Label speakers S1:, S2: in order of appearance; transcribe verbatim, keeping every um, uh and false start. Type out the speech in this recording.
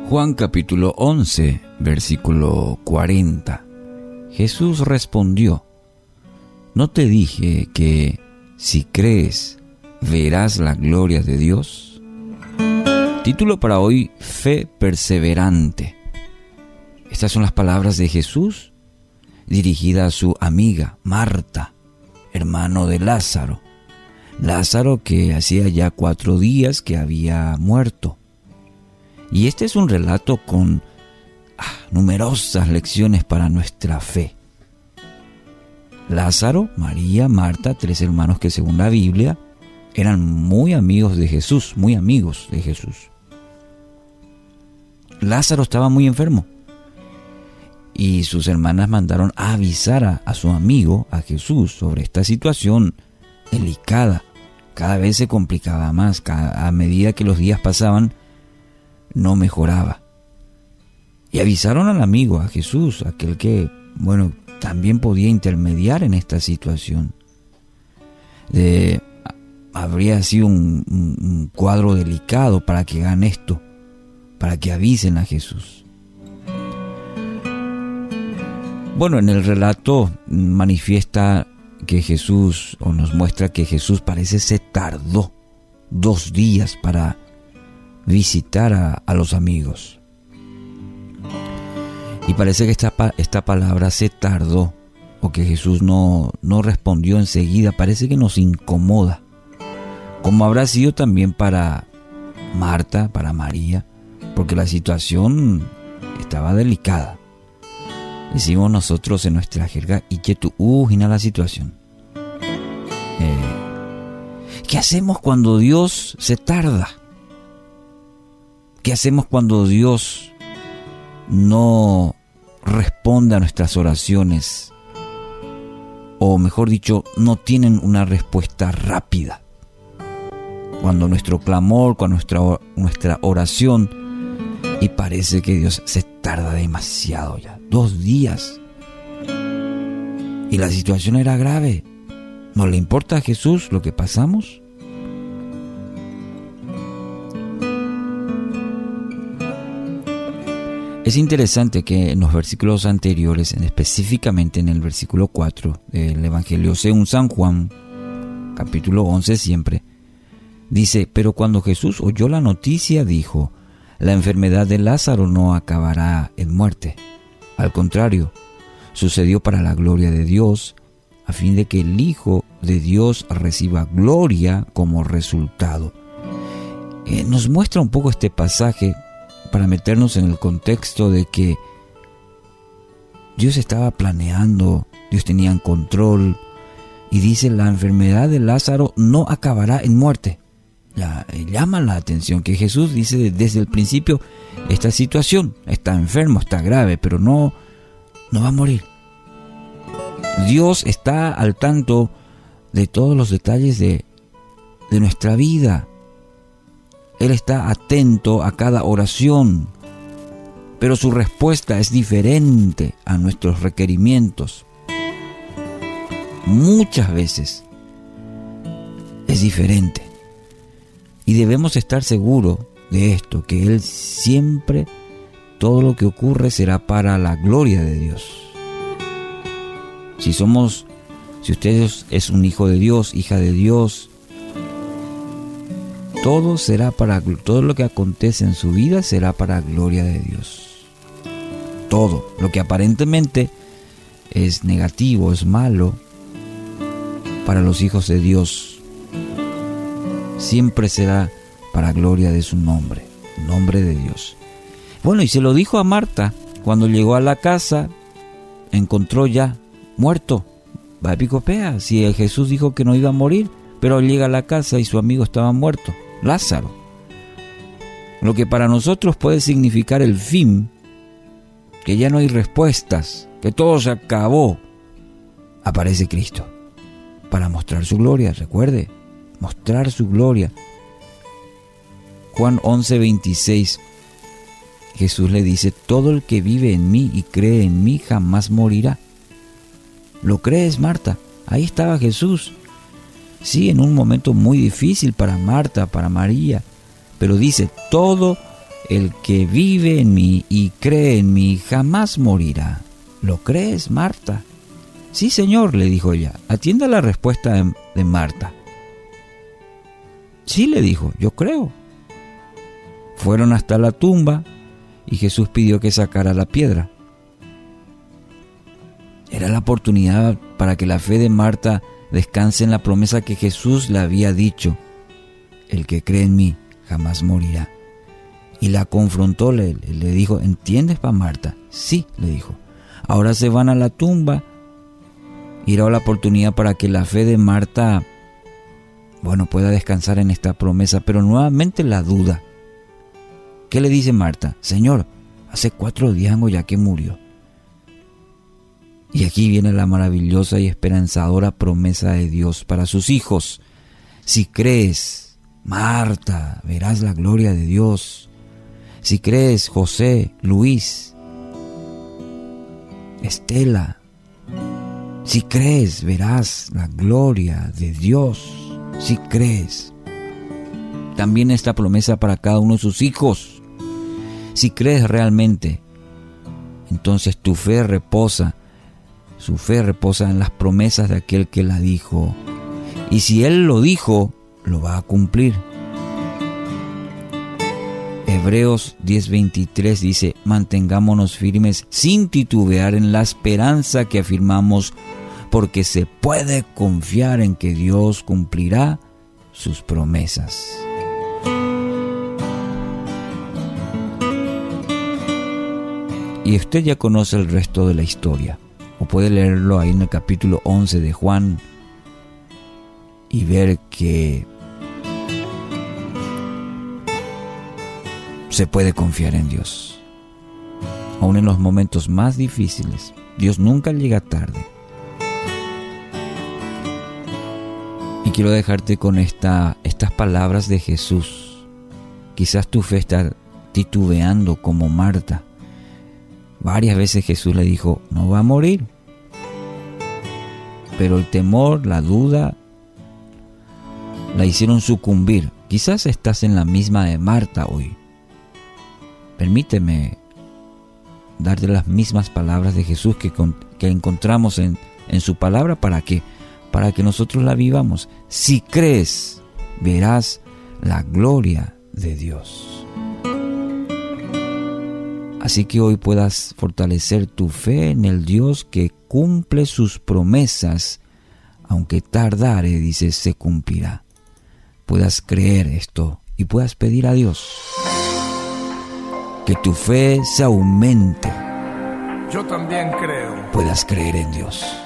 S1: Juan capítulo once, versículo cuarenta. Jesús respondió: ¿no te dije que si crees verás la gloria de Dios? Título para hoy: Fe perseverante. Estas son las palabras de Jesús dirigida a su amiga Marta, hermano de Lázaro. Lázaro que hacía ya cuatro días que había muerto. Y este es un relato con ah, numerosas lecciones para nuestra fe. Lázaro, María, Marta, tres hermanos que según la Biblia eran muy amigos de Jesús, muy amigos de Jesús. Lázaro estaba muy enfermo y sus hermanas mandaron a avisar a, a su amigo, a Jesús, sobre esta situación delicada. Cada vez se complicaba más, cada, a medida que los días pasaban, no mejoraba. Y avisaron al amigo, a Jesús, aquel que, bueno, también podía intermediar en esta situación. De, habría sido un, un, un cuadro delicado para que hagan esto, para que avisen a Jesús. Bueno, en el relato manifiesta que Jesús, o nos muestra que Jesús parece se tardó dos días para visitar a, a los amigos. Y parece que esta, esta palabra se tardó, o que Jesús no, no respondió enseguida, parece que nos incomoda, como habrá sido también para Marta, para María, porque la situación estaba delicada. Decimos nosotros en nuestra jerga, y que tú ujina la situación. Eh, ¿Qué hacemos cuando Dios se tarda? ¿Qué hacemos cuando Dios no responde a nuestras oraciones? O mejor dicho, no tienen una respuesta rápida. Cuando nuestro clamor, cuando nuestra, nuestra oración, y parece que Dios se tarda demasiado ya. Dos días. Y la situación era grave. ¿No le importa a Jesús lo que pasamos? Es interesante que en los versículos anteriores, específicamente en el versículo cuatro del Evangelio según San Juan, capítulo once siempre, dice: pero cuando Jesús oyó la noticia, dijo: la enfermedad de Lázaro no acabará en muerte. Al contrario, sucedió para la gloria de Dios, a fin de que el Hijo de Dios reciba gloria como resultado. Eh, nos muestra un poco este pasaje para meternos en el contexto de que Dios estaba planeando, Dios tenía en control, y dice: la enfermedad de Lázaro no acabará en muerte. La, llama la atención que Jesús dice desde el principio: esta situación está enfermo, está grave, pero no, no va a morir. Dios está al tanto de todos los detalles de, de nuestra vida. Él está atento a cada oración, pero su respuesta es diferente a nuestros requerimientos. Muchas veces es diferente. Y debemos estar seguros de esto, que Él siempre, todo lo que ocurre será para la gloria de Dios. Si somos, si usted es un hijo de Dios, hija de Dios, todo será para, todo lo que acontece en su vida será para gloria de Dios. Todo lo que aparentemente es negativo, es malo, para los hijos de Dios, siempre será para gloria de su nombre, nombre de Dios. Bueno, y se lo dijo a Marta cuando llegó a la casa, encontró ya muerto. Va a picopea, si Jesús dijo que no iba a morir, pero llega a la casa y su amigo estaba muerto, Lázaro. Lo que para nosotros puede significar el fin, que ya no hay respuestas, que todo se acabó, aparece Cristo para mostrar su gloria. Recuerde, mostrar su gloria. Juan once veintiséis, Jesús le dice: todo el que vive en mí y cree en mí jamás morirá. ¿Lo crees, Marta? Ahí estaba Jesús. Sí, en un momento muy difícil para Marta, para María, pero dice: todo el que vive en mí y cree en mí jamás morirá. ¿Lo crees, Marta? Sí, Señor, le dijo ella. Atienda la respuesta de, de Marta. Sí, le dijo, yo creo. Fueron hasta la tumba y Jesús pidió que sacara la piedra. Era la oportunidad para que la fe de Marta descanse en la promesa que Jesús le había dicho: el que cree en mí jamás morirá. Y la confrontó, le, le dijo: ¿entiendes, pa Marta? Sí, le dijo. Ahora se van a la tumba y era la oportunidad para que la fe de Marta, bueno, pueda descansar en esta promesa, pero nuevamente la duda. ¿Qué le dice Marta? Señor, hace cuatro días ya que murió. Y aquí viene la maravillosa y esperanzadora promesa de Dios para sus hijos. Si crees, Marta, verás la gloria de Dios. Si crees, José, Luis, Estela, si crees, verás la gloria de Dios. Si crees. También esta promesa para cada uno de sus hijos. Si crees realmente, entonces tu fe reposa, su fe reposa en las promesas de aquel que la dijo. Y si Él lo dijo, lo va a cumplir. Hebreos diez veintitrés dice: mantengámonos firmes sin titubear en la esperanza que afirmamos, porque se puede confiar en que Dios cumplirá sus promesas. Y usted ya conoce el resto de la historia, o puede leerlo ahí en el capítulo once de Juan y ver que se puede confiar en Dios. Aún en los momentos más difíciles, Dios nunca llega tarde. Y quiero dejarte con esta, estas palabras de Jesús. Quizás tu fe está titubeando como Marta. Varias veces Jesús le dijo: no va a morir. Pero el temor, la duda, la hicieron sucumbir. Quizás estás en la misma de Marta hoy. Permíteme darte las mismas palabras de Jesús que, que encontramos en, en su palabra. ¿Para qué? Para que nosotros la vivamos. Si crees, verás la gloria de Dios. Así que hoy puedas fortalecer tu fe en el Dios que cumple sus promesas, aunque tardare, dice, se cumplirá. Puedas creer esto y puedas pedir a Dios que tu fe se aumente.
S2: Yo también creo.
S1: Puedas creer en Dios.